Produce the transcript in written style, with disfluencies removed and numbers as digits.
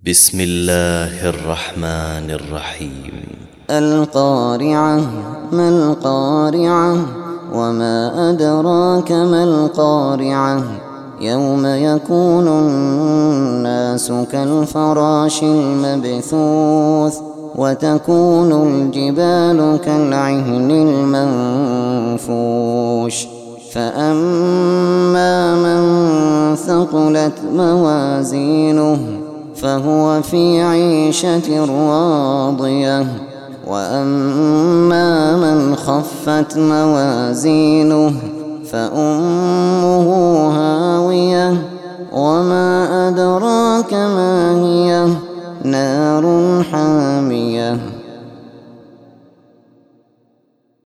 بسم الله الرحمن الرحيم. القارعة. ما القارعة؟ وما أدراك ما القارعة؟ يوم يكون الناس كالفراش المبثوث وتكون الجبال كالعهن المنفوش فأما من ثقلت موازينه فهو في عيشة راضية وأما من خفت موازينه فأمه